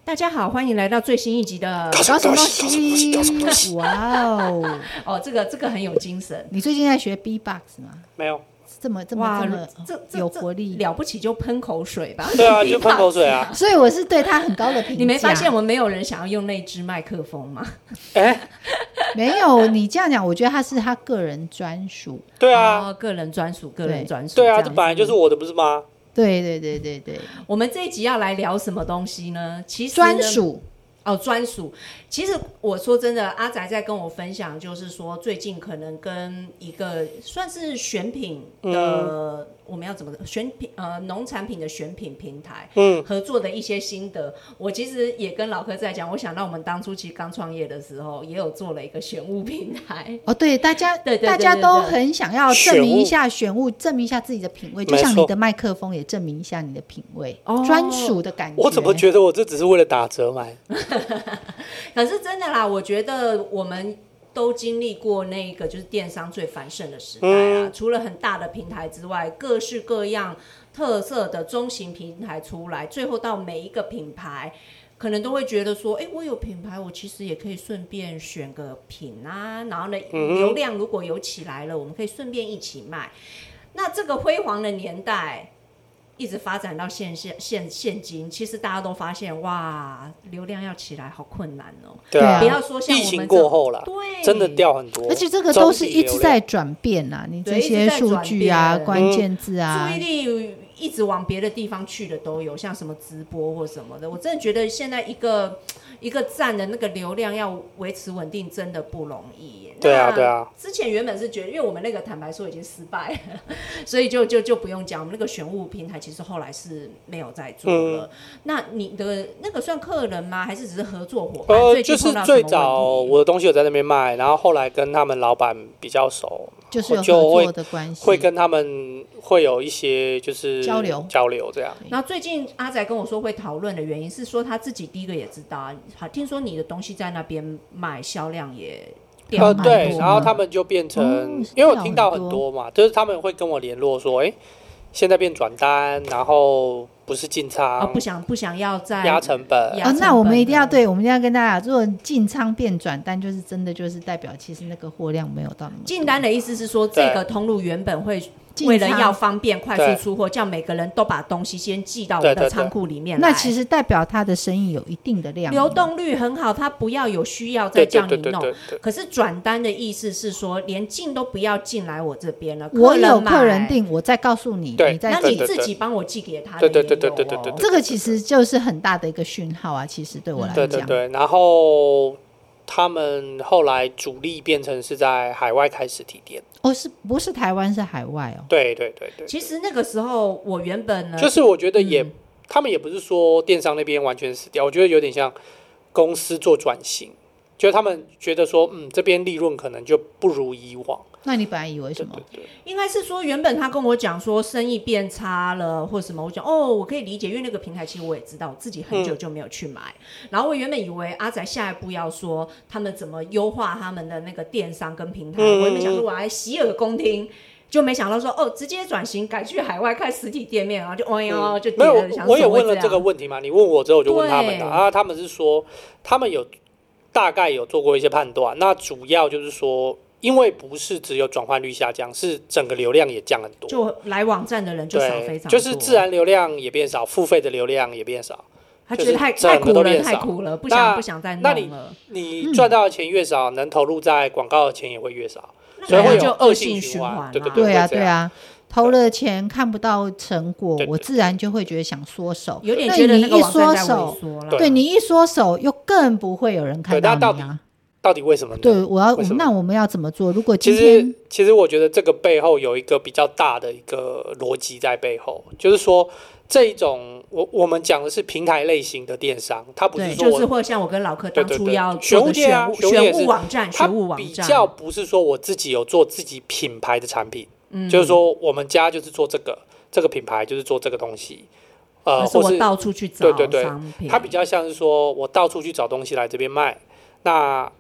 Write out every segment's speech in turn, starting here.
大家好，欢迎来到最新一集的搞什么东西？ 哇哦，这个很有精神。 你最近在学 B-box 吗？ 没有， 这么有活力， 了不起就喷口水吧。 对啊，就喷口水啊。 所以我是对他很高的评价。 你没发现我们没有人想要用那支麦克风吗？ 没有，你这样讲，我觉得他是他个人专属。 对啊， 个人专属，个人专属。 对啊，这本来就是我的，不是吗？ 对， 我们这一集要来聊什么东西呢？其实专属专属。其实我说真的，阿宅在跟我分享，就是说最近可能跟一个算是选品的，我们要怎么选品农产品的选品平台，合作的一些心得。我其实也跟老柯在讲，我想到我们当初其实刚创业的时候，也有做了一个选物平台。 哦，对，大家都很想要证明一下选物，证明一下自己的品味，就像你的麦克风也证明一下你的品味，专属的感觉。 我怎么觉得我这只是为了打折买？ 可是真的啦，我觉得我们都经历过那个就是电商最繁盛的时代啊，除了很大的平台之外，各式各样特色的中型平台出来，最后到每一个品牌可能都会觉得说，我有品牌，我其实也可以顺便选个品啊，然后呢，流量如果有起来了，我们可以顺便一起卖。那这个辉煌的年代一直发展到现今，其实大家都发现，哇，流量要起来好困难哦。 对啊， 不要说像我们疫情过后啦， 对， 真的掉很多。 而且这个都是一直在转变啊，你这些数据啊、关键字啊， 注意力一直往别的地方去的都有，像什么直播或什么的。我真的觉得现在一个站的那个流量要维持稳定真的不容易耶。 对啊。 之前原本是觉得，因为我们那个坦白说已经失败了，所以就不用讲。我们那个选物平台其实后来是没有在做了。那你的那个算客人吗？还是只是合作伙伴？ 就是最早我的东西有在那边卖，然后后来跟他们老板比较熟， 就是有合作的关系， 会跟他们会有一些就是交流这样。 然后最近阿仔跟我说会讨论的原因是说他自己第一个也知道啊，听说你的东西在那边卖销量也掉蛮多对，然后他们就变成，因为我听到很多嘛，就是他们会跟我联络说，现在变转单，然后不是进仓， 不想要再压成本。 那我们一定要跟大家，如果进仓变转单，就是真的就是代表其实那个货量没有到那么多。 进单的意思是说，这个通路原本会为了要方便快速出货，叫每个人都把东西先寄到我的仓库里面来。 那其实代表他的生意有一定的量， 流动率很好，他不要有需要再叫你弄。可是转单的意思是说，连进都不要进来我这边了。 我有客人订，我再告诉你， 那你自己帮我寄给他。 对， 这个其实就是很大的一个讯号啊。其实对我来讲， 对，然后他们后来主力变成是在海外开实体店。 是不是台湾是海外哦？ 对。 其实那个时候我原本呢， 就是我觉得他们也不是说电商那边完全死掉，我觉得有点像公司做转型，就他们觉得说，这边利润可能就不如以往。 那你本来以为什么？ 对， 应该是说原本他跟我讲说生意变差了或什么，我讲我可以理解，因为那个平台其实我也知道，我自己很久就没有去买。然后我原本以为阿仔下一步要说他们怎么优化他们的那个电商跟平台，我原本想说我来洗耳恭听。就没想到说直接转型改去海外开实体店面，然后就就没有。我也问了这个问题嘛，你问我之后我就问他们的他们是说他们有大概有做过一些判断，那主要就是说。因为不是只有转换率下降，是整个流量也降很多， 就来网站的人就少非常多， 就是自然流量也变少，付费的流量也变少。 他觉得太苦了，不想再弄了。 那你赚到的钱越少，能投入在广告的钱也会越少，所以会有恶性循环。 对啊，投了钱看不到成果，我自然就会觉得想缩手， 有点觉得那个网站在萎缩了。 对，你一缩手，又更不会有人看到你啊。 到底为什么呢？ 对，那我们要怎么做？如果今天其实我觉得这个背后有一个比较大的一个逻辑在背后，就是说这一种我们讲的是平台类型的电商，它不是说就是或像我跟老柯当初要做的选物网站， 它比较不是说我自己有做自己品牌的产品，就是说我们家就是做这个品牌就是做这个东西。 或是我到处去找商品， 它比较像是说我到处去找东西来这边卖。那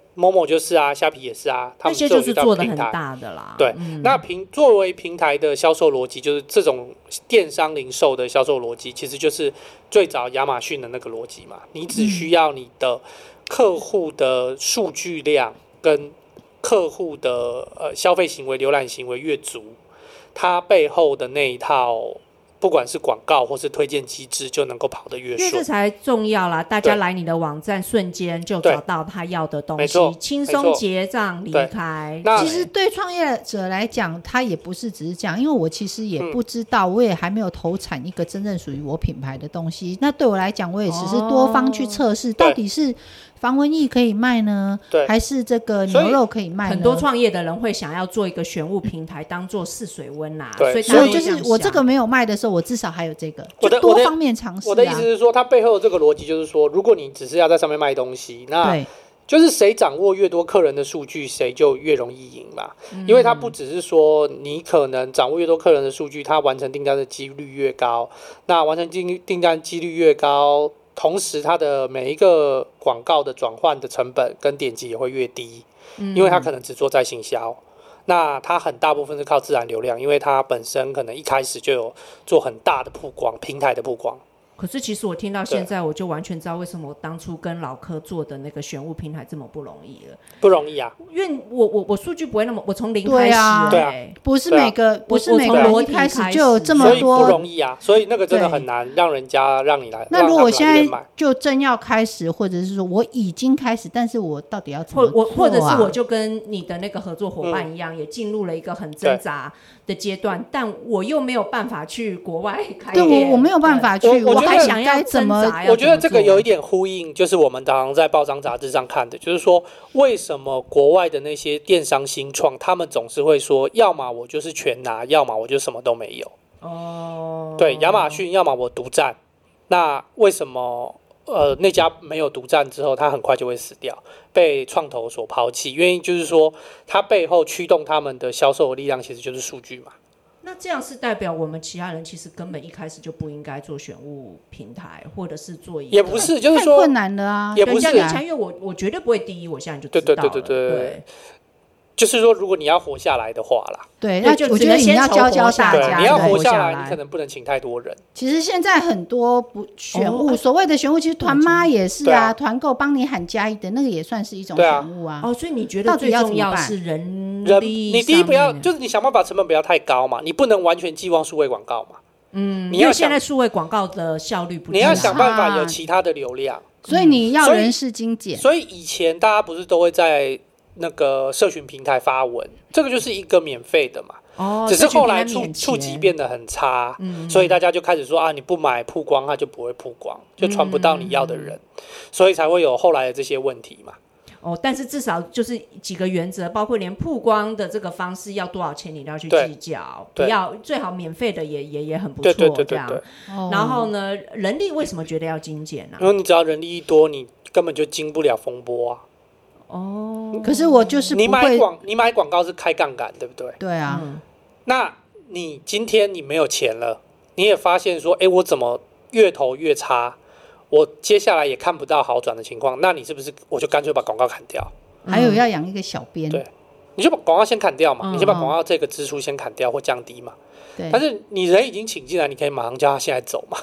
某就是啊，虾皮也是啊，他们那些就是做的很大的啦。 对，那作为平台的销售逻辑，就是这种电商零售的销售逻辑，其实就是最早亚马逊的那个逻辑嘛。你只需要你的客户的数据量跟客户的消费行为、浏览行为越足，它背后的那一套。不管是广告或是推荐机制，就能够跑得越顺， 因为这才重要啦。大家来你的网站，瞬间就找到他要的东西，轻松结账离开。 其实对创业者来讲，他也不是只是这样，因为我其实也不知道，我也还没有投产一个真正属于我品牌的东西。那对我来讲，我也只是多方去测试，到底是防蚊液可以卖呢，还是这个牛肉可以卖呢？ 很多创业的人会想要做一个选物平台，当做试水温啦。 所以就是我这个没有卖的时候，我至少还有这个，就多方面尝试。 我的意思是说，它背后的这个逻辑就是说，如果你只是要在上面卖东西，那就是谁掌握越多客人的数据，谁就越容易赢嘛。因为它不只是说你可能掌握越多客人的数据，它完成订单的几率越高，那完成订单几率越高。同时，它的每一个广告的转换的成本跟点击也会越低，因为它可能只做在行销，那它很大部分是靠自然流量，因为它本身可能一开始就有做很大的曝光，平台的曝光。 可是其实我听到现在，我就完全知道为什么我当初跟老柯做的那个选物平台这么不容易了。 不容易啊， 因为我数据不会那么，我从零开始， 对啊，不是每个人一开始就有这么多， 所以不容易啊，所以那个真的很难让人家让你来。 那如果我现在就正要开始，或者是说我已经开始，但是我到底要怎么做啊？ 或者是我就跟你的那个合作伙伴一样，也进入了一个很挣扎的阶段，但我又没有办法去国外开店， 对，我没有办法去， 我还想要怎么？ 我觉得这个有一点呼应，就是我们常常在报章杂志上看的，就是说为什么国外的那些电商新创，他们总是会说，要么我就是全拿，要么我就什么都没有。对，亚马逊要么我独占，那为什么那家没有独占之后，他很快就会死掉，被创投所抛弃？原因就是说，它背后驱动他们的销售的力量，其实就是数据嘛。 那这样是代表我们其他人其实根本一开始就不应该做选物平台，或者是做一个， 也不是，就是说太困难了啊， 也不是啊，因为我绝对不会第一，我现在就知道了。对， 就是说，如果你要活下来的话啦， 对，那我觉得你要教大家， 你要活下来，你可能不能请太多人。 其实现在很多选物，所谓的选物，其实团妈也是啊，团购帮你喊加一的那个也算是一种选物啊。 所以你觉得最重要是人力？ 你第一不要，就是你想办法成本不要太高嘛，你不能完全寄望数位广告嘛。 因为现在数位广告的效率不， 你要想办法有其他的流量， 所以你要人事精简。 所以以前大家不是都会在那个社群平台发文，这个就是一个免费的嘛。只是后来触及变得很差，所以大家就开始说啊，你不买曝光，它就不会曝光，就传不到你要的人，所以才会有后来的这些问题嘛。 但是至少就是几个原则，包括连曝光的这个方式要多少钱，你都要去计较，不要最好免费的也很不错，这样。然后呢，人力为什么觉得要精简呢？ 因为你只要人力一多，你根本就经不了风波啊。 可是我就是不会， 你买广告是开杠杆，对不对？ 对啊。 那你今天你没有钱了，你也发现说，我怎么越投越差？我接下来也看不到好转的情况，那你是不是我就干脆把广告砍掉？ 还有要养一个小编， 对，你就把广告先砍掉嘛，你先把广告这个支出先砍掉或降低嘛。但是你人已经请进来，你可以马上叫他现在走嘛。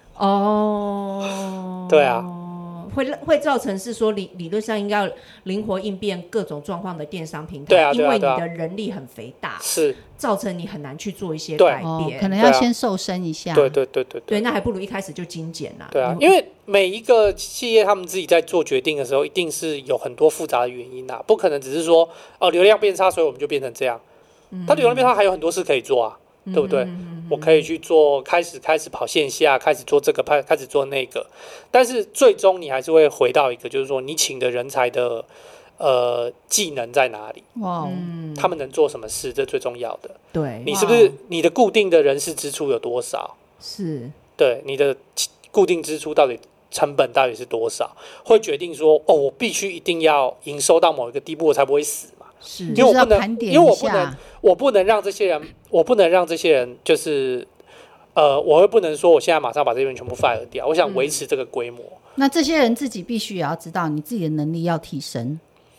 对啊。 会造成是说理论上应该要灵活应变各种状况的电商平台， 对啊， 因为你的人力很肥大， 是造成你很难去做一些改变， 可能要先瘦身一下。 对， 那还不如一开始就精简啦。 对啊，因为每一个企业他们自己在做决定的时候，一定是有很多复杂的原因啊，不可能只是说流量变差，所以我们就变成这样。它流量变差还有很多事可以做啊。对不对？我可以去做，开始跑线下，开始做这个，开始做那个，但是最终你还是会回到一个，就是说你请的人才的技能在哪里？他们能做什么事？这最重要的。 对， 你是不是你的固定的人事支出有多少？ 是， 对，你的固定支出到底成本到底是多少？会决定说，我必须一定要营收到某一个地步，我才不会死嘛。 是， 因为我不能让这些人就是，我又不能说我现在马上把这些人全部 fire 掉，我想维持这个规模。 那这些人自己必须也要知道，你自己的能力要提升。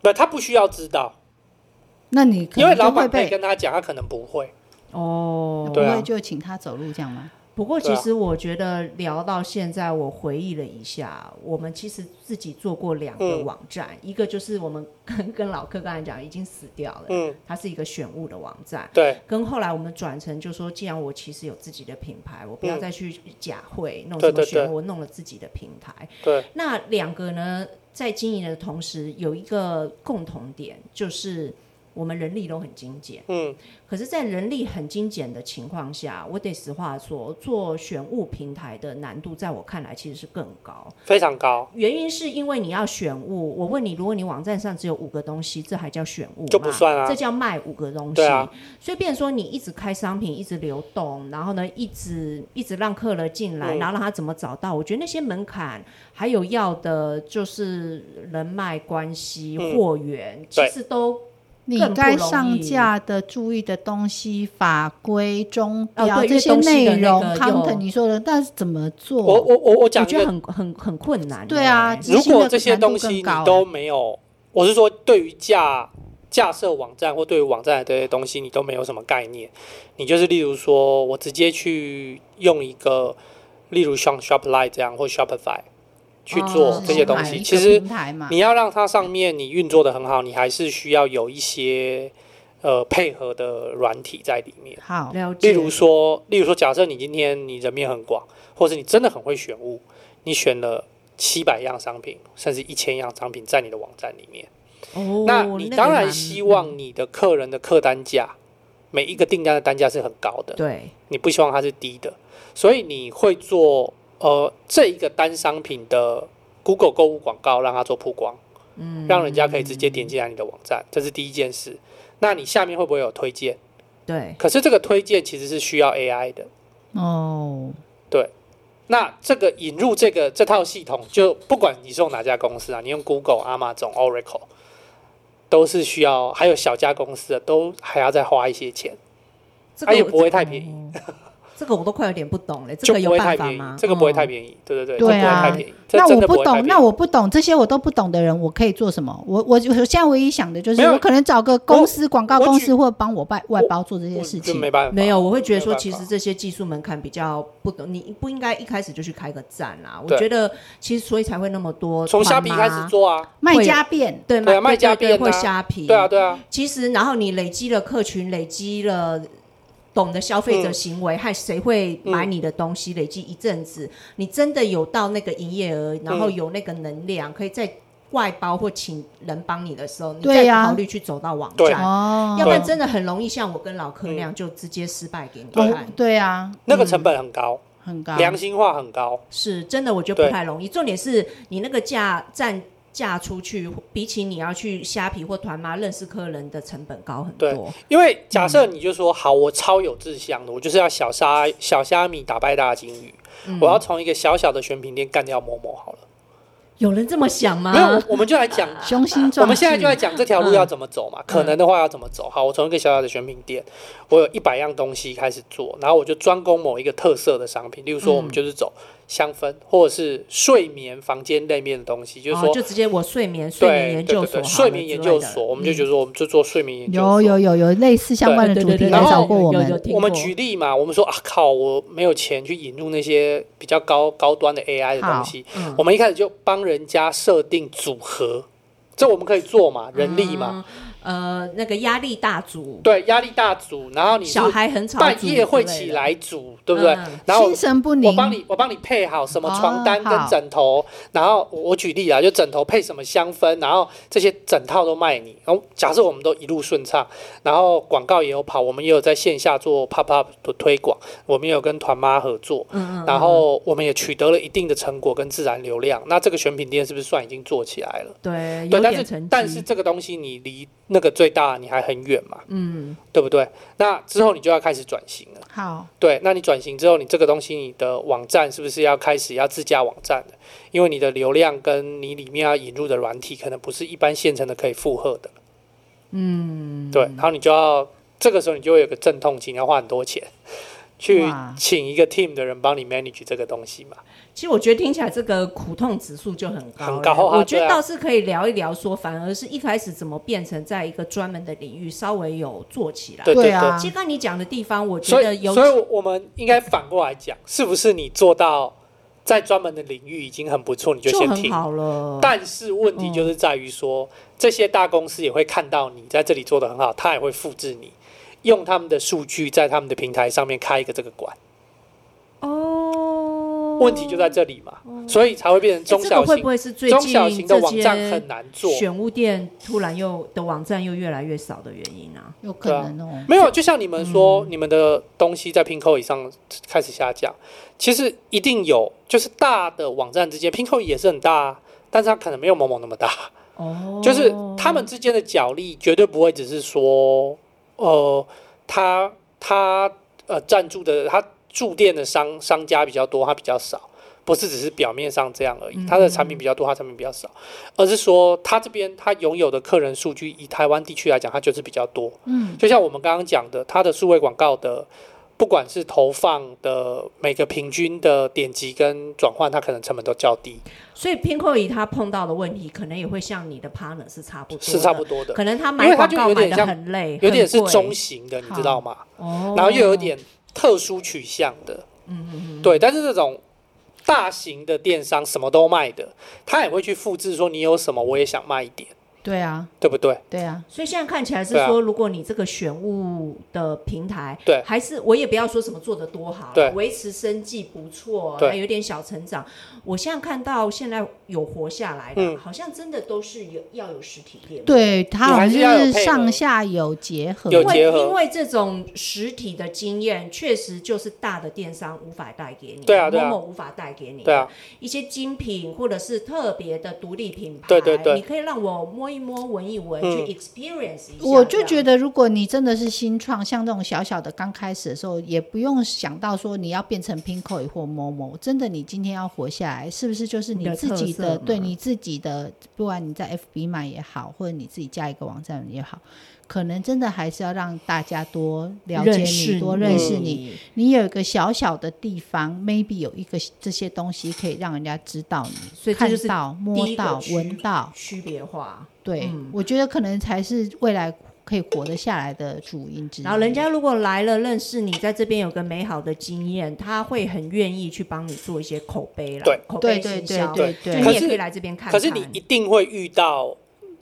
不，他不需要知道。 那你可能因为老板可以就会被跟他讲，他可能不会。 哦， 不会就请他走路这样吗？ 不过其实我觉得聊到现在，我回忆了一下，我们其实自己做过2个网站，一个就是我们跟老柯刚才讲已经死掉了，它是一个选物的网站， 对， 跟后来我们转成就说，既然我其实有自己的品牌，我不要再去假会弄什么选物，我弄了自己的平台。 对， 那2个呢，在经营的同时有一个共同点，就是我们人力都很精简，可是在人力很精简的情况下，我得实话说，做选物平台的难度在我看来其实是更高， 非常高。 原因是因为你要选物，我问你，如果你网站上只有5个东西，这还叫选物吗？ 就不算啊， 这叫卖5个东西。 对啊， 所以变成说你一直开商品，一直流动，然后呢一直让客人进来，然后让他怎么找到，我觉得那些门槛还有要的就是人脉关系、货源，其实都你该上架的注意的东西、法规、钟标、这些内容 content 你说的，但是怎么做？ 我讲， 我觉得很困难。 对啊， 如果这些东西你都没有，我是说，对于架设网站或对于网站的这些东西，你都没有什么概念，你就是例如说我直接去用一个，例如像 Shopify 这样或 Shopify。去做这些东西，其实你要让它上面你运作的很好，你还是需要有一些配合的软体在里面。 好， 了解。 例如说，假设你今天你人面很广，或者你真的很会选物，你选了700样商品，甚至1000样商品在你的网站里面。那你当然希望你的客人的客单价，每一个订单的单价是很高的， 对， 你不希望它是低的，所以你会做。这一个单商品的 Google 购物广告，让它做曝光，让人家可以直接点进来你的网站，这是第一件事。那你下面会不会有推荐？ 对。 可是这个推荐其实是需要 AI 的。 哦。 对。那这个引入这套系统，就不管你是用哪家公司啊，你用 Google、Amazon、Oracle， 都是需要，还有小家公司的都还要再花一些钱，也不会太便宜。 这个我都快有点不懂了，这个有办法吗？ 这个不会太便宜，对， 对啊， 这不会太便宜。 那我不懂这些我都不懂的人，我可以做什么？我现在唯一想的就是，我可能找个公司广告公司，或帮我外包做这些事情。 没办法， 没有，我会觉得说，其实这些技术门槛比较不懂，你不应该一开始就去开个站啦。我觉得其实所以才会那么多， 从虾皮开始做啊， 卖家变， 对， 卖家变会虾皮， 对啊。 其实然后你累积了客群，累积了。懂得消费者行为和谁会买你的东西，累积一阵子，你真的有到那个营业额，然后有那个能量，可以在外包或请人帮你的时候，你再考虑去走到网站，要不然真的很容易像我跟老柯那样就直接失败给你看。 对啊， 那个成本很高， 很高， 良心化很高， 是真的，我觉得不太容易。重点是你那个价出去，比起你要去虾皮或团妈认识客人的成本高很多。 对，因为假设你就说好，我超有志向的，我就是要小虾米打败大金鱼，我要从一个小小的选品店干掉某某好了。 有人这么想吗？ 没有，我们就来讲雄心壮志。 我们现在就在讲这条路要怎么走嘛，可能的话要怎么走。好，我从一个小小的选品店，我有100样东西开始做，然后我就专攻某一个特色的商品，例如说我们就是走香氛或者是睡眠房间类面的东西，就是说就直接我睡眠研究所， 睡眠研究所，我们就觉得说我们就做睡眠研究所。 有类似相关的主题来找过我们。 我们举例嘛，我们说啊靠，我没有钱去引入那些比较高端的 AI 的东西，我们一开始就帮人家设定组合，这我们可以做嘛，人力嘛。 那个压力大组， 对，压力大组，然后你小孩很吵， 半夜会起来组，对不对？然后心神不宁， 我帮你配好什么床单跟枕头，然后我举例啦，就枕头配什么香氛，然后这些整套都卖你。然后假设我们都一路顺畅，然后广告也有跑，我们也有在线下做 pop up 的推广，我们也有跟团妈合作，然后我们也取得了一定的成果跟自然流量。那这个选品店是不是算已经做起来了？ 对，有点成绩。 但是这个东西你离那个最大你还很远嘛，对不对？那之后你就要开始转型了。 好， 对，那你转型之后，你这个东西你的网站是不是要开始要自家网站的？因为你的流量跟你里面要引入的软体，可能不是一般现成的可以负荷的。对，然后你就要这个时候你就会有个阵痛期，你要花很多钱去请一个 team 的人帮你 manage 这个东西嘛。 其实我觉得听起来这个苦痛指数就很高， 很高啊。 我觉得倒是可以聊一聊说，反而是一开始怎么变成在一个专门的领域稍微有做起来。 对啊， 其实刚才你讲的地方，我觉得所以我们应该反过来讲，是不是你做到在专门的领域已经很不错，你就先停就很好了。 但是问题就是在于说，这些大公司也会看到你在这里做得很好，他也会复制你，用他们的数据在他们的平台上面开一个这个馆。问题就在这里嘛，所以才会变成中小型。 这个会不会是最近中小型的网站很难做？ 选物店突然的网站又越来越少的原因啊？ 有可能哦。 没有，就像你们说，你们的东西在 Pinkoi 上开始下降，其实一定有，就是大的网站之间 ，Pinkoi 也是很大啊，但是它可能没有某某那么大。就是他们之间的角力绝对不会只是说，他赞助的他驻店的商家比较多，他比较少，不是只是表面上这样而已。他的产品比较多，他产品比较少，而是说他这边他拥有的客人数据，以台湾地区来讲，它就是比较多。就像我们刚刚讲的，他的数位广告的，不管是投放的每个平均的点击跟转换，它可能成本都较低。 所以 Pinkoi 他碰到的问题，可能也会像你的 partner 是差不多的， 是差不多的。 可能他买广告买得很累， 有点是中型的，你知道吗？然后又有点特殊取向的，对。但是这种大型的电商什么都卖的，他也会去复制说你有什么我也想卖一点。 对啊， 对不对？ 对啊， 所以现在看起来是说，如果你这个选物的平台， 对， 还是我也不要说什么做得多好， 对， 维持生计不错， 对， 有点小成长。我现在看到现在有活下来的，好像真的都是要有实体店， 对，它好像是上下有结合， 因为这种实体的经验，确实就是大的电商无法带给你， 对啊， 某某无法带给你， 对啊， 一些精品或者是特别的独立品牌， 对， 你可以让我摸一摸、闻一闻，去 experience 一下。 我就觉得，如果你真的是新创，像这种小小的刚开始的时候，也不用想到说你要变成 Pinkoi 或 Momo， 真的，你今天要活下来，是不是就是你自己的，对你自己的，不管你在 FB 买也好，或者你自己加一个网站也好，可能真的还是要让大家多了解你，多认识你。你有一个小小的地方 ，maybe 有一个这些东西可以让人家知道你， 所以这就是看到、摸到、闻到， 区别化。 对，我觉得可能才是未来可以活得下来的主因之一。 然后人家如果来了认识你，在这边有个美好的经验，他会很愿意去帮你做一些口碑啦， 对， 口碑行销， 对， 你也可以来这边看看。 可是你一定会遇到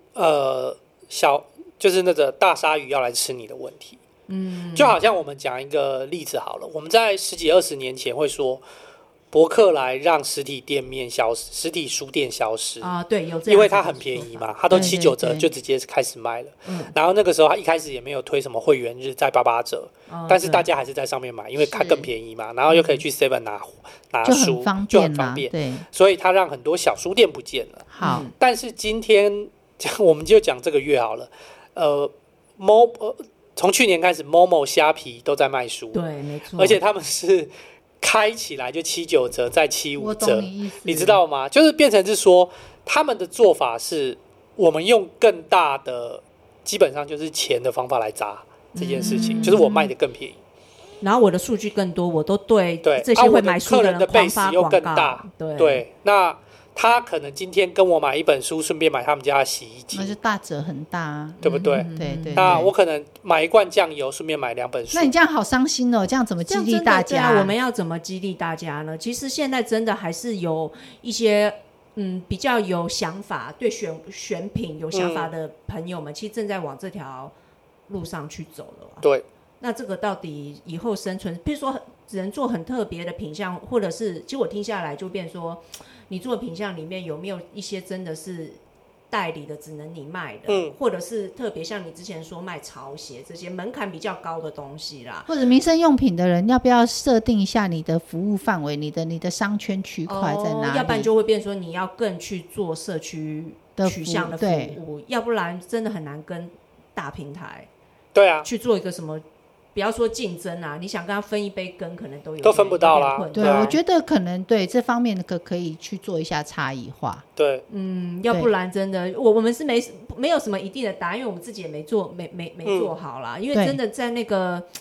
就是那个大鲨鱼要来吃你的问题。就好像我们讲一个例子好了，我们在10几20年前会说，博客来让实体店面消失，实体书店消失啊，对，有这样， 因为它很便宜嘛，它都7、9折就直接开始卖了。然后那个时候它一开始也没有推什么会员日，在88折，但是大家还是在上面买，因为它更便宜嘛，然后又可以去 Seven 拿书，就很方便。对，所以它让很多小书店不见了。 好， 但是今天我们就讲这个月好了，从去年开始 ，Momo 虾皮都在卖书， 对，没错， 而且他们是开起来就7、9折，再7、5折，你知道吗？就是变成是说，他们的做法是我们用更大的，基本上就是钱的方法来砸这件事情，就是我卖的更便宜， 然后我的数据更多，我都对这些会买书的人狂发又更广大， 告， 对，那。他可能今天跟我买一本书，顺便买他们家的洗衣机， 那就大折很大啊， 对不对？ 对。 那我可能买一罐酱油，顺便买2本书。 那你这样好伤心哦，这样怎么激励大家？ 我们要怎么激励大家呢？其实现在真的还是有一些比较有想法，对选品有想法的朋友们，其实正在往这条路上去走了。 对。 那这个到底以后生存，譬如说只能做很特别的品项，或者是其实我听下来就变说，你做的品项里面有没有一些真的是代理的，只能你卖的，或者是特别像你之前说卖潮鞋这些门槛比较高的东西啦， 或者民生用品的人要不要设定一下你的服务范围，你的商圈区块在哪里？ 要不然就会变说你要更去做社区取向的服务，要不然真的很难跟大平台对啊去做一个什么。不要说竞争啊，你想跟他分一杯羹，可能都分不到啦。 对，我觉得可能对这方面可以去做一下差异化。 对， 要不然真的，我们是没有什么一定的答案，因为我们自己也没做好啦。因为真的在那个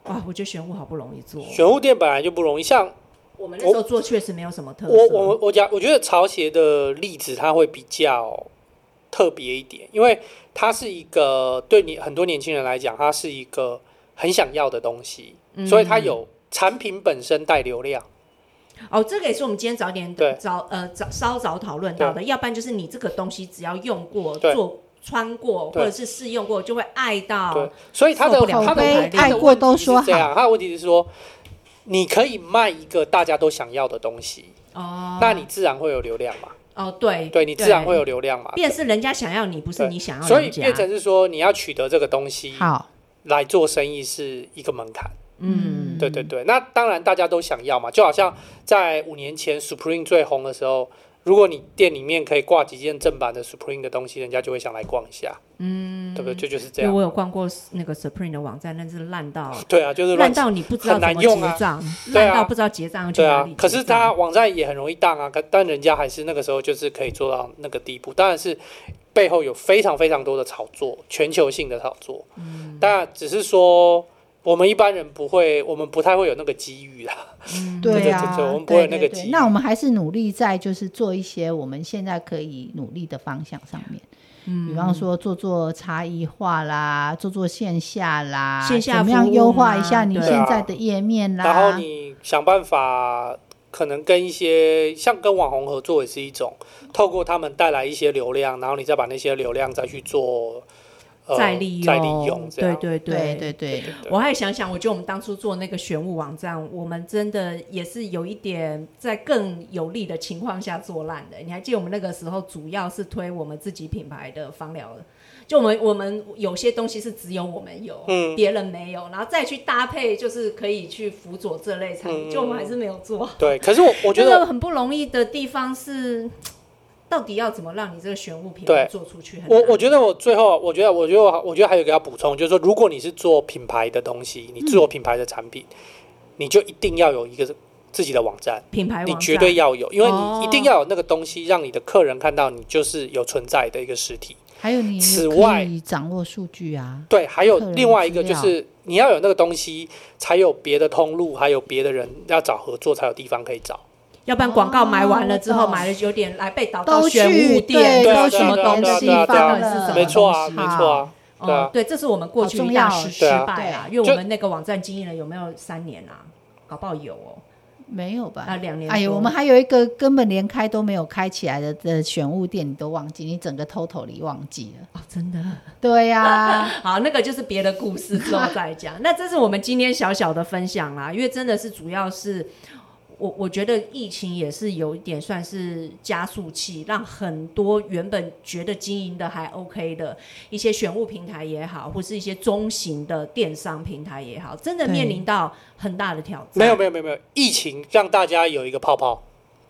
哇，我觉得选物好不容易做， 选物店本来就不容易，像我们那时候做确实没有什么特色。 我觉得潮鞋的例子它会比较特别一点，因为它是一个对你很多年轻人来讲，它是一个很想要的东西，所以它有产品本身带流量。 这个也是我们今天稍早讨论到的，要不然就是你这个东西只要用过、穿过或者是试用过，就会爱到。 对，所以它的爱过都说好。 这样，它的问题是说，你可以卖一个大家都想要的东西，那你自然会有流量嘛。 对， 你自然会有流量嘛。 便是人家想要你，不是你想要人家。 所以变成是说，你要取得这个东西， 好来做生意是一个门槛。对，那当然大家都想要嘛，就好像在5年前 Supreme 最红的时候，如果你店里面可以挂几件正版的 Supreme 的东西，人家就会想来逛一下，对不对？就是这样。 我有逛过那个 Supreme 的网站，但是烂到， 对啊，就是烂到你不知道怎么结账，烂到不知道结账要去哪里。 可是它网站也很容易当啊，但人家还是那个时候就是可以做到那个地步，当然是背后有非常非常多的炒作，全球性的炒作，但只是说。我们一般人不会，我们不太会有那个机遇啦。 对啊， 我们不会有那个机遇。 那我们还是努力在就是做一些我们现在可以努力的方向上面。比方说做差异化啦，做线下啦， 线下怎么样优化一下你现在的页面啦。 然后你想办法，可能跟一些像跟网红合作也是一种，透过他们带来一些流量，然后你再把那些流量再去做。 再利用， 对， 我还想想，我觉得我们当初做那个选物网站，我们真的也是有一点在更有利的情况下做烂的。你还记得我们那个时候主要是推我们自己品牌的芳疗的，就我们有些东西是只有我们有，别人没有，然后再去搭配，就是可以去辅佐这类产品，就我们还是没有做。 对，可是我觉得很不容易的地方是。到底要怎么让你这个选物品牌做出去？ 我觉得我最后，我觉得还有一个要补充，就是说，如果你是做品牌的东西，你做品牌的产品，你就一定要有一个自己的网站， 品牌网站你绝对要有，因为你一定要有那个东西，让你的客人看到你就是有存在的一个实体。 还有你可以掌握数据啊。 对，还有另外一个就是你要有那个东西，才有别的通路，还有别的人要找合作，才有地方可以找。 要不然广告买完了之后，买了有点来被导到选物店，什么东西，到底是什么东西？ 没错啊， 对，这是我们过去一大失败啊，因为我们那个网站经营了有没有3年啊？搞不好有哦。 没有吧？ 2年。 哎呀，我们还有一个根本连开都没有开起来的选物店，你都忘记，你整个 totally 忘记了。 真的？ 对呀。 好，那个就是别的故事之后再讲。那这是我们今天小小的分享啦，因为真的是主要是。我觉得疫情也是有一点算是加速器，让很多原本觉得经营的还 OK 的一些选物平台也好，或是一些中型的电商平台也好，真的面临到很大的挑战。 没有，疫情让大家有一个泡泡。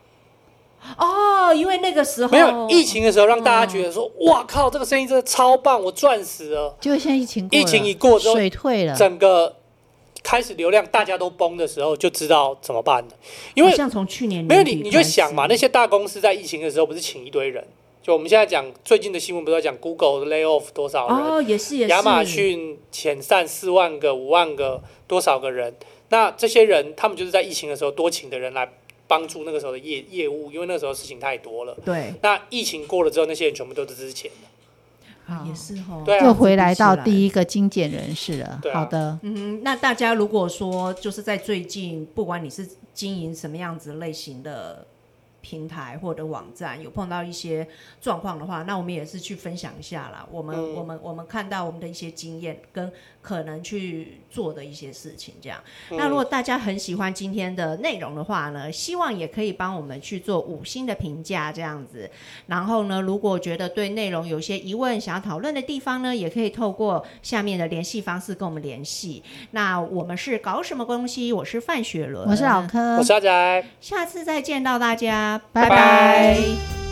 因为那个时候没有疫情的时候，让大家觉得说，哇靠，这个生意真的超棒，我赚死了。 结果现在疫情一过之后， 水退了， 整个。开始流量大家都崩的时候，就知道怎么办了。因为像从去年没有你就想嘛，那些大公司在疫情的时候不是请一堆人？就我们现在讲最近的新闻，不是在讲 Google lay off 多少人？ 也是。 亚马逊遣散4万个、5万个多少个人？那这些人他们就是在疫情的时候多请的人来帮助那个时候的业务，因为那个时候事情太多了。 对。 那疫情过了之后，那些人全部都是之前的。 也是对又回来到第一个精简人士了。好的， 那大家如果说就是在最近，不管你是经营什么样子类型的平台或者网站，有碰到一些状况的话，那我们也是去分享一下啦。我们看到我们的一些经验跟可能去做的一些事情，这样。那如果大家很喜欢今天的内容的话呢，希望也可以帮我们去做5星的评价，这样子。然后呢，如果觉得对内容有些疑问想要讨论的地方呢，也可以透过下面的联系方式跟我们联系。那我们是搞什么东西？我是范雪伦， 我是老柯， 我是阿宅， 下次再见到大家。 拜拜。